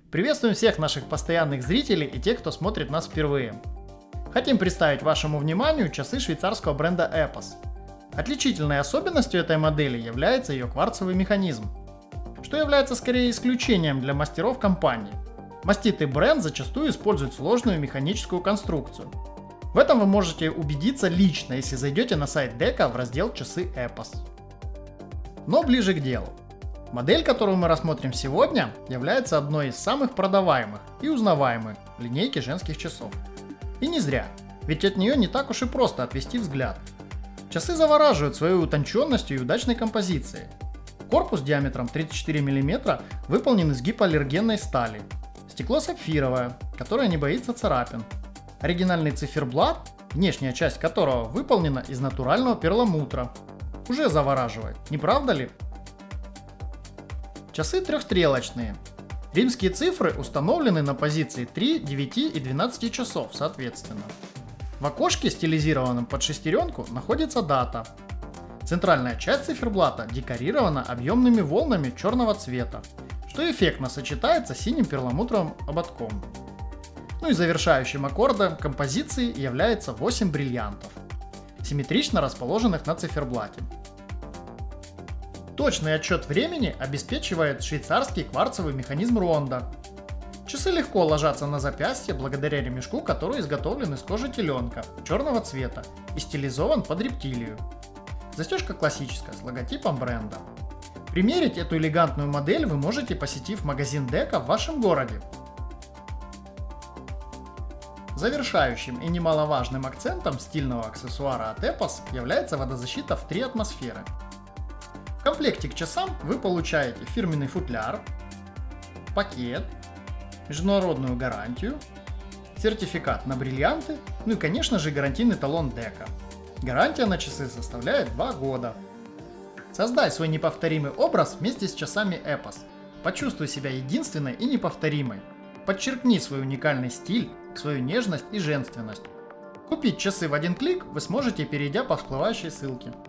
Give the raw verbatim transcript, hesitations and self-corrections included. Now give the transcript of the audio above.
Приветствуем всех наших постоянных зрителей и тех, кто смотрит нас впервые. Хотим представить вашему вниманию часы швейцарского бренда Epos. Отличительной особенностью этой модели является ее кварцевый механизм, что является скорее исключением для мастеров компании. Маститый бренд зачастую использует сложную механическую конструкцию. В этом вы можете убедиться лично, если зайдете на сайт дека в раздел «Часы Epos». Но ближе к делу. Модель, которую мы рассмотрим сегодня, является одной из самых продаваемых и узнаваемых в линейке женских часов. И не зря, ведь от нее не так уж и просто отвести взгляд. Часы завораживают своей утонченностью и удачной композицией. Корпус диаметром тридцать четыре миллиметра выполнен из гипоаллергенной стали. Стекло сапфировое, которое не боится царапин. Оригинальный циферблат, внешняя часть которого выполнена из натурального перламутра. Уже завораживает, не правда ли? Часы трехстрелочные. Римские цифры установлены на позиции три, девять и двенадцать часов соответственно. В окошке, стилизированном под шестеренку, находится дата. Центральная часть циферблата декорирована объемными волнами черного цвета, что эффектно сочетается с синим перламутровым ободком. Ну и завершающим аккордом композиции является восемь бриллиантов, симметрично расположенных на циферблате. Точный отсчет времени обеспечивает швейцарский кварцевый механизм Ронда. Часы легко ложатся на запястье благодаря ремешку, который изготовлен из кожи теленка черного цвета и стилизован под рептилию. Застежка классическая с логотипом бренда. Примерить эту элегантную модель вы можете, посетив магазин дека в вашем городе. Завершающим и немаловажным акцентом стильного аксессуара от Epos является водозащита в три атмосферы. В комплекте к часам вы получаете фирменный футляр, пакет, международную гарантию, сертификат на бриллианты, ну и конечно же гарантийный талон дека. Гарантия на часы составляет два года. Создай свой неповторимый образ вместе с часами Epos. Почувствуй себя единственной и неповторимой. Подчеркни свой уникальный стиль, свою нежность и женственность. Купить часы в один клик вы сможете, перейдя по всплывающей ссылке.